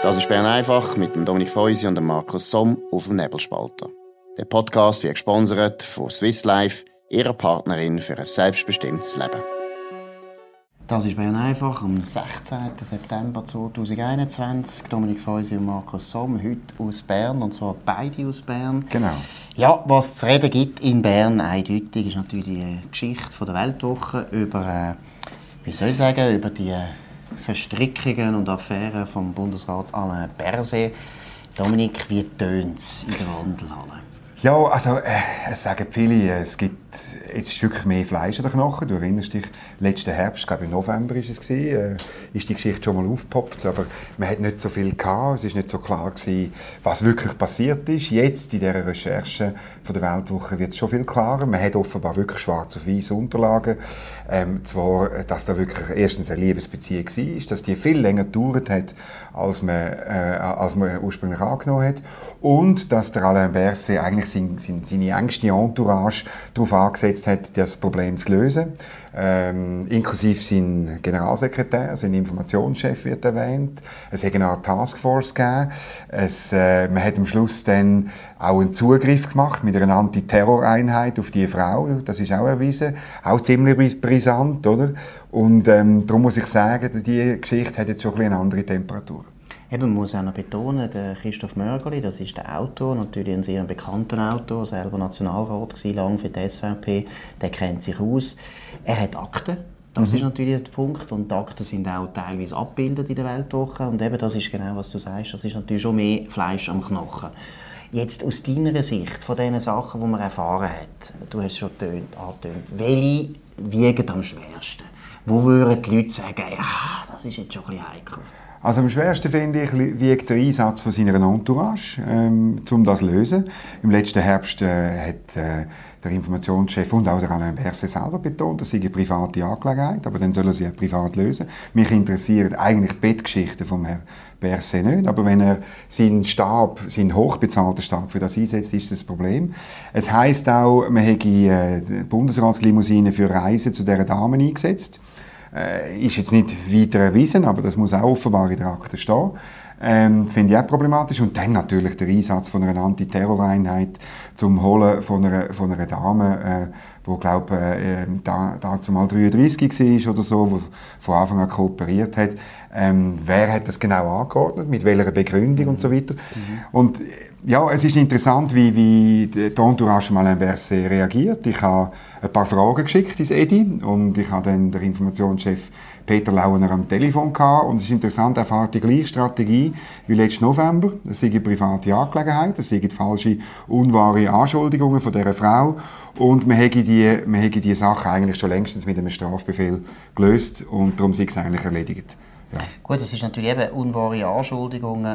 Das ist Bern einfach mit dem Dominik Feusi und dem Markus Somm auf dem Nebelspalter. Der Podcast wird gesponsert von Swiss Life, ihrer Partnerin für ein selbstbestimmtes Leben. Das ist Bern einfach am 16. September 2021. Dominik Feusi und Markus Somm, heute aus Bern, und zwar beide aus Bern. Genau. Ja, was es zu reden gibt in Bern, eindeutig, ist natürlich die Geschichte der Weltwoche über, über die Verstrickungen und Affären vom Bundesrat Alain Berset. Dominik, wie tönt es in der Wandelhalle? Ja, also es sagen viele, es gibt jetzt ist wirklich mehr Fleisch an den Knochen. Du erinnerst dich, letzten Herbst, glaube im November ist es gewesen, ist die Geschichte schon mal aufgepoppt, aber man hat nicht so viel gehabt. Es ist nicht so klar gewesen, was wirklich passiert ist. Jetzt in dieser Recherche von der Weltwoche wird es schon viel klarer. Man hat offenbar wirklich schwarz auf weiß Unterlagen. Zwar, dass da wirklich erstens eine Liebesbeziehung war, dass die viel länger gedauert hat, als man ursprünglich angenommen hat, und dass der Alain Berset eigentlich seine engste Entourage darauf angesetzt hat, das Problem zu lösen. Inklusive sein Generalsekretär, sein Informationschef wird erwähnt. Es hat eine Art Taskforce gegeben. Man hat am Schluss dann auch einen Zugriff gemacht mit einer Antiterroreinheit auf die Frau. Das ist auch erwiesen. Auch ziemlich brisant, oder? Und darum muss ich sagen, die Geschichte hat jetzt schon ein bisschen eine andere Temperatur. Eben, man muss auch noch betonen, der Christoph Mörgeli, das ist der Autor, natürlich ein sehr bekannter Autor, selber Nationalrat gewesen, lange für die SVP, der kennt sich aus. Er hat Akten, das ist natürlich der Punkt, und die Akten sind auch teilweise abgebildet in der Weltwoche, und eben, das ist genau, was du sagst, das ist natürlich schon mehr Fleisch am Knochen. Jetzt aus deiner Sicht, von den Sachen, die man erfahren hat, du hast es schon angetönt, welche wiegen am schwersten? Wo würden die Leute sagen, ja, das ist jetzt schon ein bisschen heikel? Also am schwersten, finde ich, wiegt der Einsatz von seiner Entourage, um das zu lösen. Im letzten Herbst hat der Informationschef und auch der Alain Berset selber betont, das sei eine private Angelegenheit, aber dann soll er sie auch privat lösen. Mich interessiert eigentlich die Bettgeschichte vom Herrn Berset nicht, aber wenn er seinen hochbezahlten Stab für das einsetzt, ist das ein Problem. Es heisst auch, man hätte Bundesratslimousine für Reisen zu dieser Dame eingesetzt. Ist jetzt nicht weiter erwiesen, aber das muss auch offenbar in der Akte stehen. Finde ich auch problematisch. Und dann natürlich der Einsatz von einer Antiterroreinheit zum Holen von einer Dame, die, glaube dazu mal 33 war oder so, die von Anfang an kooperiert hat. Wer hat das genau angeordnet, mit welcher Begründung und so weiter. Und ja, es ist interessant, wie die Entourage von Alain Berset reagiert. Ich habe ein paar Fragen geschickt ins EDI und ich habe dann den Informationschef Peter Lauener am Telefon gehabt. Und es ist interessant, er fährt die gleiche Strategie wie letzten November. Es sei eine private Angelegenheit, es seien falsche, unwahre Anschuldigungen von dieser Frau. Und man hätte die Sache eigentlich schon längstens mit einem Strafbefehl gelöst und darum sei es eigentlich erledigt. Ja. Gut, das ist natürlich eben unwahre Anschuldigungen.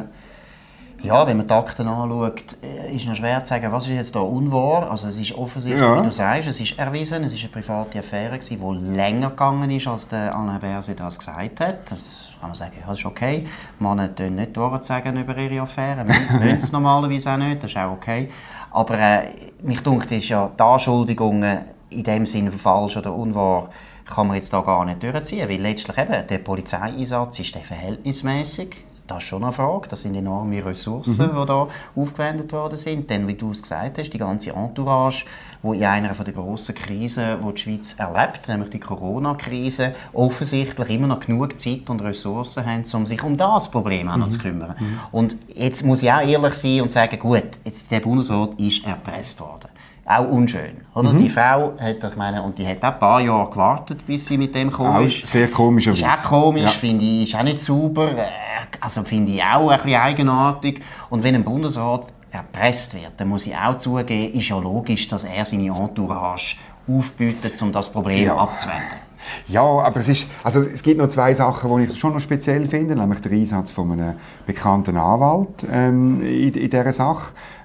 Ja, wenn man die Akten anschaut, ist es schwer zu sagen, was ist jetzt da unwahr. Also es ist offensichtlich, wie du sagst, es ist erwiesen, es ist eine private Affäre gewesen, die länger gegangen ist, als der Alain Berset das gesagt hat. Das kann man sagen, ja, das ist okay. Männer können nicht die Wahrheit sagen über ihre Affären, müssen es normalerweise auch nicht, das ist auch okay. Aber mich dunkt, ist ja die Anschuldigungen in dem Sinne falsch oder unwahr, kann man jetzt da gar nicht durchziehen, weil letztlich eben der Polizeieinsatz ist verhältnismäßig. Das ist schon eine Frage. Das sind enorme Ressourcen, die da aufgewendet worden sind. Denn, wie du es gesagt hast, die ganze Entourage, die in einer der grossen Krisen, die die Schweiz erlebt, nämlich die Corona-Krise, offensichtlich immer noch genug Zeit und Ressourcen haben, um sich um das Problem auch noch zu kümmern. Und jetzt muss ich auch ehrlich sein und sagen, gut, jetzt der Bundesrat ist erpresst worden. Auch unschön, oder? Die Frau hat, ich meine, und die hat auch ein paar Jahre gewartet, bis sie mit dem gekommen ist. Sehr komisch. Ist auch komisch, finde ich, ist auch nicht sauber. Also finde ich auch ein bisschen eigenartig. Und wenn ein Bundesrat erpresst wird, dann muss ich auch zugeben, ist ja logisch, dass er seine Entourage aufbietet, um das Problem abzuwenden. Ja, aber es gibt noch zwei Sachen, die ich schon noch speziell finde, nämlich der Einsatz von einem bekannten Anwalt in dieser Sache.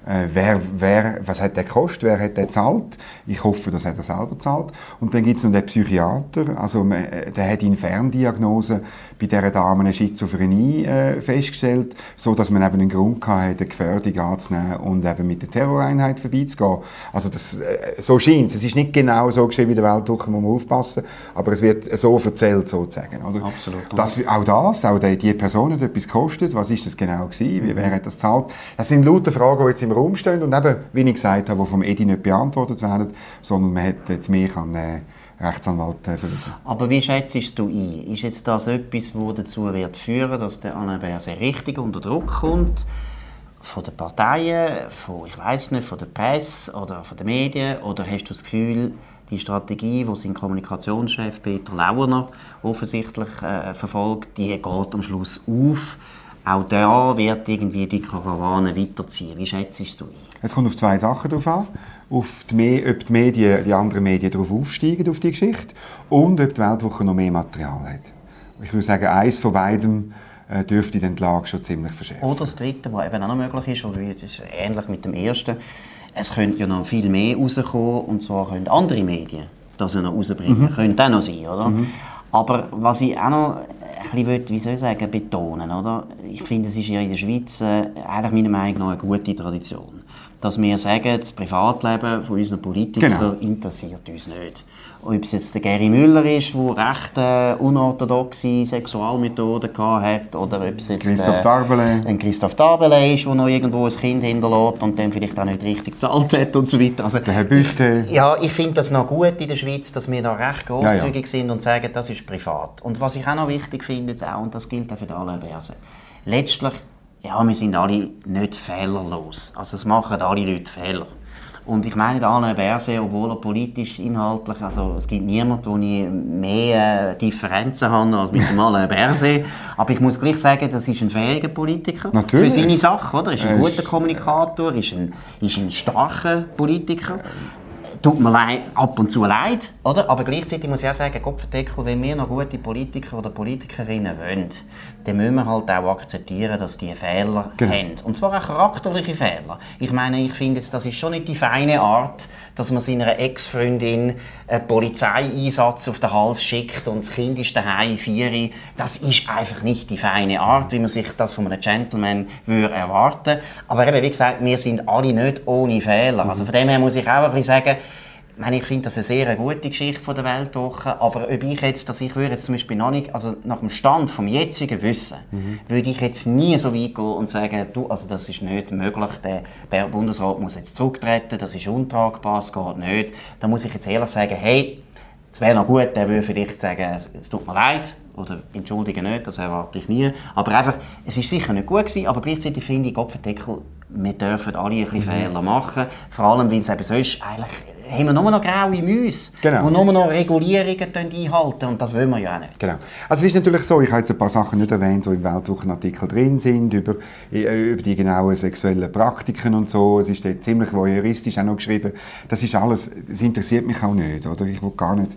was hat der gekostet, wer hat den gezahlt. Ich hoffe, dass er das selber zahlt. Und dann gibt es noch den Psychiater, also der hat in Ferndiagnose bei dieser Dame eine Schizophrenie festgestellt, so dass man eben einen Grund hatte, eine Gefährdung anzunehmen und eben mit der Terroreinheit vorbeizugehen. Also so scheint es. Es ist nicht genau so geschrieben wie der Weltwoche, muss man aufpassen, aber es wird so erzählt sozusagen. Oder? Absolut. Auch die Person hat etwas gekostet. Was ist das genau gewesen? Wer hat das gezahlt? Das sind lauter Fragen, die jetzt im Raum stehen und eben, wie ich gesagt habe, die vom Edi nicht beantwortet werden, sondern man hat jetzt mich an Rechtsanwalt verwiesen. Aber wie schätzt du ein? Ist jetzt das etwas, das dazu wird führen, dass der Alain Berset richtig unter Druck kommt? Von den Parteien, von der Presse oder von den Medien? Oder hast du das Gefühl, die Strategie, die sein Kommunikationschef Peter Lauener offensichtlich verfolgt, die geht am Schluss auf? Auch da wird irgendwie die Karawane weiterziehen. Wie schätzt du ein? Es kommt auf zwei Sachen drauf an. Ob die anderen Medien darauf aufsteigen, auf die Geschichte, und ob die Weltwoche noch mehr Material hat. Ich würde sagen, eins von beidem dürfte die Lage schon ziemlich verschärfen. Oder das Dritte, was eben auch noch möglich ist, das ist ähnlich mit dem Ersten, es könnte ja noch viel mehr rauskommen, und zwar können andere Medien das ja noch rausbringen. Könnte auch noch sein, oder? Aber was ich auch noch ein bisschen, betonen, oder? Ich finde, es ist ja in der Schweiz eigentlich meiner Meinung nach eine gute Tradition, dass wir sagen, das Privatleben von unseren Politikern interessiert uns nicht. Ob es jetzt der Gary Müller ist, der recht unorthodoxe Sexualmethoden hatte, oder ob es jetzt ein Christoph Darbelay ist, der noch irgendwo ein Kind hinterlässt und dann vielleicht auch nicht richtig gezahlt hat und so weiter. Also, der Herr Büchte. Ja, ich finde das noch gut in der Schweiz, dass wir da recht grosszügig sind und sagen, das ist privat. Und was ich auch noch wichtig finde, jetzt auch, und das gilt auch für Alain Berset, letztlich, ja, wir sind alle nicht fehlerlos. Also es machen alle Leute Fehler. Und ich meine, Alain Berset, obwohl er politisch, inhaltlich, also es gibt niemanden, wo ich mehr Differenzen habe als mit dem Alain Berset. Aber ich muss gleich sagen, das ist ein fähiger Politiker. Natürlich. Für seine Sache, oder? Ist ein guter Kommunikator, ist ein starker Politiker. Tut mir ab und zu leid, oder? Aber gleichzeitig muss ich auch sagen, Kopfendeckel, wenn wir noch gute Politiker oder Politikerinnen wollen, dann müssen wir halt auch akzeptieren, dass die Fehler haben. Und zwar auch charakterliche Fehler. Ich meine, ich finde, das ist schon nicht die feine Art, dass man seiner Ex-Freundin einen Polizeieinsatz auf den Hals schickt und das Kind ist daheim 4. Das ist einfach nicht die feine Art, wie man sich das von einem Gentleman erwarten würde. Aber eben, wie gesagt, wir sind alle nicht ohne Fehler. Also von dem her muss ich auch ein bisschen sagen, ich finde das eine sehr gute Geschichte von der Weltwoche, aber ob ich würde jetzt zum Beispiel noch nicht, also nach dem Stand vom jetzigen Wissen, würde ich jetzt nie so weit gehen und sagen, also das ist nicht möglich, der Bundesrat muss jetzt zurücktreten, das ist untragbar, es geht nicht. Da muss ich jetzt ehrlich sagen, hey, es wäre noch gut, der würde vielleicht sagen, es tut mir leid, oder entschuldige nicht, das erwarte ich nie. Aber einfach, es war sicher nicht gut gewesen, aber gleichzeitig finde ich, Kopfendeckel, wir dürfen alle ein bisschen Fehler machen. Vor allem, weil es eben sonst eigentlich haben wir nur noch graue Mäuse, die nur noch Regulierungen einhalten, und das wollen wir ja auch nicht. Genau. Also es ist natürlich so, ich habe jetzt ein paar Sachen nicht erwähnt, die im Weltwochenartikel drin sind, über die genauen sexuellen Praktiken und so. Es ist dort ziemlich voyeuristisch auch noch geschrieben. Das ist alles, das interessiert mich auch nicht, oder? Ich will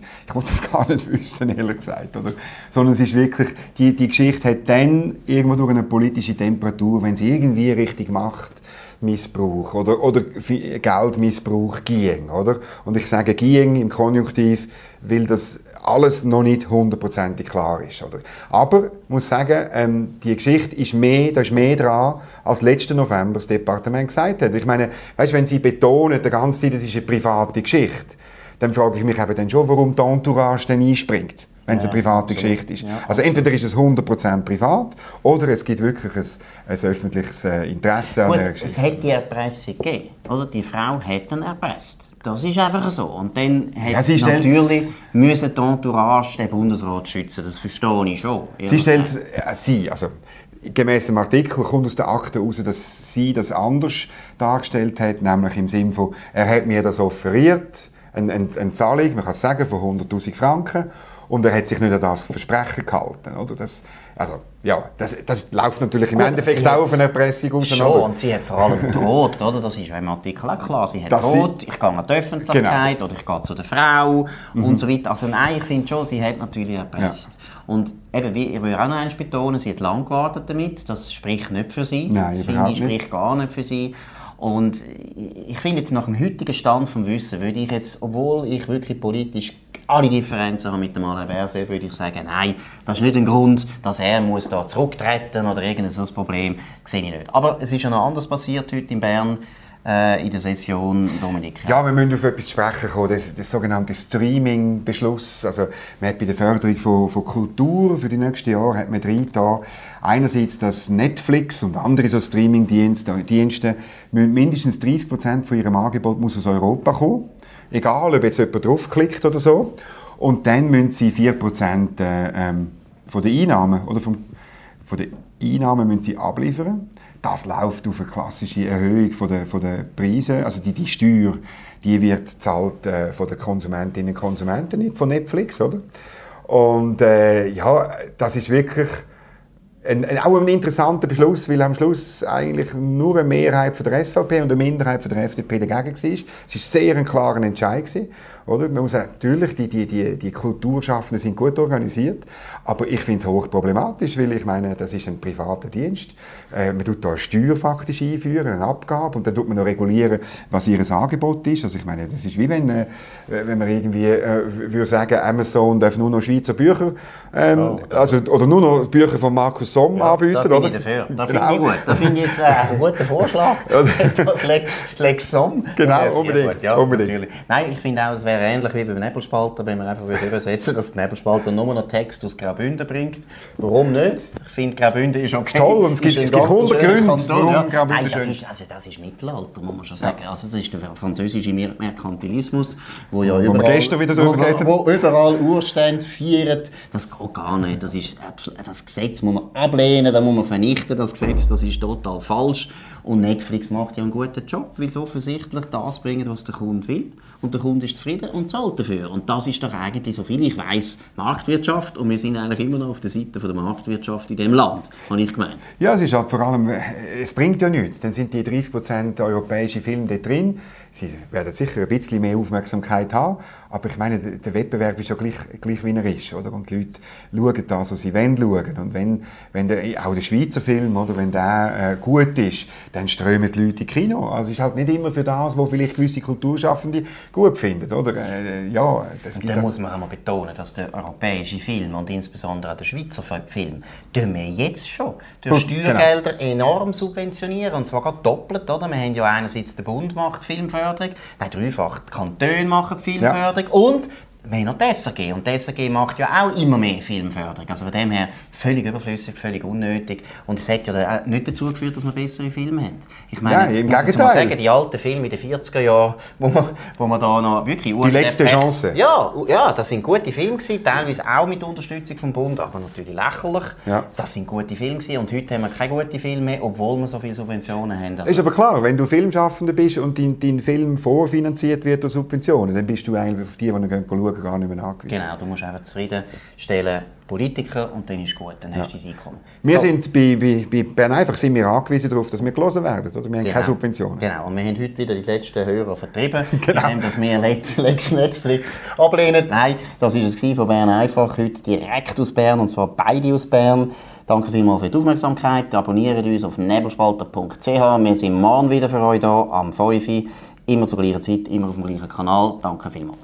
das gar nicht wissen, ehrlich gesagt, oder? Sondern es ist wirklich, die Geschichte hat dann irgendwo durch eine politische Temperatur, wenn sie irgendwie richtig macht, Missbrauch oder Geldmissbrauch ging, oder? Und ich sage ging im Konjunktiv, weil das alles noch nicht hundertprozentig klar ist, oder? Aber ich muss sagen, die Geschichte ist da ist mehr dran, als letzten November das Departement gesagt hat. Ich meine, weißt, wenn sie betonen, die ganze Zeit, das ist eine private Geschichte, dann frage ich mich eben dann schon, warum die Entourage dann einspringt, wenn es eine private Geschichte ist. Ja, also entweder ist es 100% privat oder es gibt wirklich ein öffentliches Interesse an der Geschichte. Es hat die Erpressung gegeben, oder? Die Frau hat ihn erpresst. Das ist einfach so. Und dann hat natürlich müssen die Entourage den Bundesrat schützen. Das verstehe ich schon. Also gemäss dem Artikel kommt aus der Akte heraus, dass sie das anders dargestellt hat, nämlich im Sinne von, er hat mir das offeriert, eine Zahlung, man kann es sagen, von 100'000 Franken. Und er hat sich nicht an das Versprechen gehalten. Oder? Das läuft natürlich im Endeffekt auch auf eine Erpressung raus. Schon, oder? Und sie hat vor allem gedroht, oder? Das ist im Artikel auch klar. Sie hat gedroht, ich gehe an die Öffentlichkeit oder ich gehe zu der Frau und so weiter. Also nein, ich finde schon, sie hat natürlich erpresst. Ja. Und eben, ich will auch noch eins betonen, sie hat lange gewartet damit. Das spricht nicht für sie. Nein, finde ich, spricht gar nicht für sie. Und ich finde jetzt nach dem heutigen Stand vom Wissen, würde ich jetzt, obwohl ich wirklich politisch alle Differenzen habe mit dem Alain Berset, würde ich sagen, nein, das ist nicht ein Grund, dass er muss da zurücktreten oder irgendein so ein Problem, sehe ich nicht. Aber es ist ja noch anders passiert heute in Bern, in der Session, Dominik. Ja, wir müssen auf etwas sprechen kommen, das sogenannte Streaming-Beschluss. Also, man hat bei der Förderung von Kultur für die nächsten Jahre hat man reingetan, einerseits, dass Netflix und andere so Streaming-Dienste mindestens 30% von ihrem Angebot muss aus Europa kommen. Egal, ob jetzt jemand draufklickt oder so. Und dann müssen sie 4% von den Einnahmen, oder von den Einnahmen müssen sie abliefern. Das läuft auf eine klassische Erhöhung von der Preise. Also die Steuer, die wird gezahlt von den Konsumentinnen und Konsumenten, nicht von Netflix, oder? Und ja, das ist wirklich auch ein interessanter Beschluss, weil am Schluss eigentlich nur eine Mehrheit von der SVP und eine Minderheit von der FDP dagegen war. Es war sehr ein klarer Entscheid gewesen, oder? Man muss natürlich, die Kulturschaffenden sind gut organisiert, aber ich finde es hochproblematisch, weil ich meine, das ist ein privater Dienst. Man tut da eine Steuer faktisch einführen, eine Abgabe, und dann tut man noch regulieren, was ihr Angebot ist. Also ich meine, das ist wie wenn man irgendwie würde sagen, Amazon darf nur noch Schweizer Bücher, oder nur noch Bücher von Markus Somm anbieten. Da bin ich dafür. Das finde ich gut. Das finde ich jetzt einen guten Vorschlag. Lex Somm. Genau, unbedingt. Ja, unbedingt. Nein, ich finde auch, es wäre ähnlich wie beim Nebelspalter, wenn man einfach übersetzen würde, dass der Nebelspalter nur noch Text aus Graubünden bringt. Warum nicht? Ich finde, Graubünden ist okay. Toll, und es gibt 100 Gründe, warum Graubünden schön ist. Das ist Mittelalter, muss man schon sagen. Also das ist der französische Merkantilismus, wo ja überall Urstände feiern. Das geht gar nicht. Das Gesetz muss man ablehnen, das muss man vernichten, das Gesetz, das ist total falsch. Und Netflix macht ja einen guten Job, weil sie offensichtlich das bringen, was der Kunde will. Und der Kunde ist zufrieden und zahlt dafür. Und das ist doch eigentlich, so viel ich weiss, Marktwirtschaft. Und wir sind eigentlich immer noch auf der Seite der Marktwirtschaft in diesem Land, habe ich gemeint. Ja, es ist halt vor allem, es bringt ja nichts. Dann sind die 30% europäische Filme da drin. Sie werden sicher ein bisschen mehr Aufmerksamkeit haben, aber ich meine, der Wettbewerb ist ja gleich wie er ist, oder? Und die Leute schauen das, was sie schauen wollen. Und wenn auch der Schweizer Film, oder, wenn der gut ist, dann strömen die Leute ins Kino. Also es ist halt nicht immer für das, was vielleicht gewisse Kulturschaffende gut finden, oder? Ja, und dann muss man auch mal betonen, dass der europäische Film und insbesondere auch der Schweizer Film, tun wir jetzt schon durch Steuergelder enorm subventionieren, und zwar gerade doppelt, oder? Wir haben ja einerseits den Bund macht Filmförderung, dreifach die Kantone machen Filmförderung, und wir haben noch die SRG. Und die SRG macht ja auch immer mehr Filmförderung. Also von dem her völlig überflüssig, völlig unnötig. Und es hat ja nicht dazu geführt, dass wir bessere Filme haben. Ich meine, ja, im muss mal sagen, die alten Filme in den 40er Jahren, wo man da noch wirklich... Die letzte Chance. Ja, das sind gute Filme gewesen, teilweise auch mit Unterstützung vom Bund, aber natürlich lächerlich. Ja. Das sind gute Filme gewesen, und heute haben wir keine guten Filme mehr, obwohl wir so viele Subventionen haben. Also, ist aber klar, wenn du Filmschaffender bist und dein Film vorfinanziert wird durch Subventionen, dann bist du eigentlich auf die schauen, gar nicht mehr angewiesen. Genau, du musst einfach zufriedenstellen Politiker, und dann ist gut, dann hast du dein Einkommen. Wir sind bei Bern einfach angewiesen darauf, dass wir gelesen werden, oder? Wir haben keine Subventionen. Genau, und wir haben heute wieder die letzten Hörer vertrieben, indem dass wir Lex Netflix ablehnen. Nein, das war es von Bern einfach, heute direkt aus Bern, und zwar beide aus Bern. Danke vielmals für die Aufmerksamkeit, abonniert uns auf nebelspalter.ch. Wir sind morgen wieder für euch da, am 5 Uhr, immer zur gleichen Zeit, immer auf dem gleichen Kanal. Danke vielmals.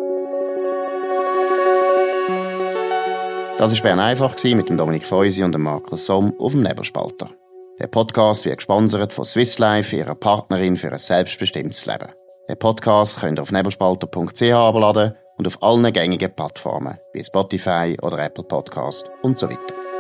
Das war Bern einfach mit dem Dominik Feusi und dem Markus Somm auf dem Nebelspalter. Der Podcast wird gesponsert von Swiss Life, ihrer Partnerin für ein selbstbestimmtes Leben. Den Podcast könnt ihr auf nebelspalter.ch abladen und auf allen gängigen Plattformen wie Spotify oder Apple Podcast und so weiter.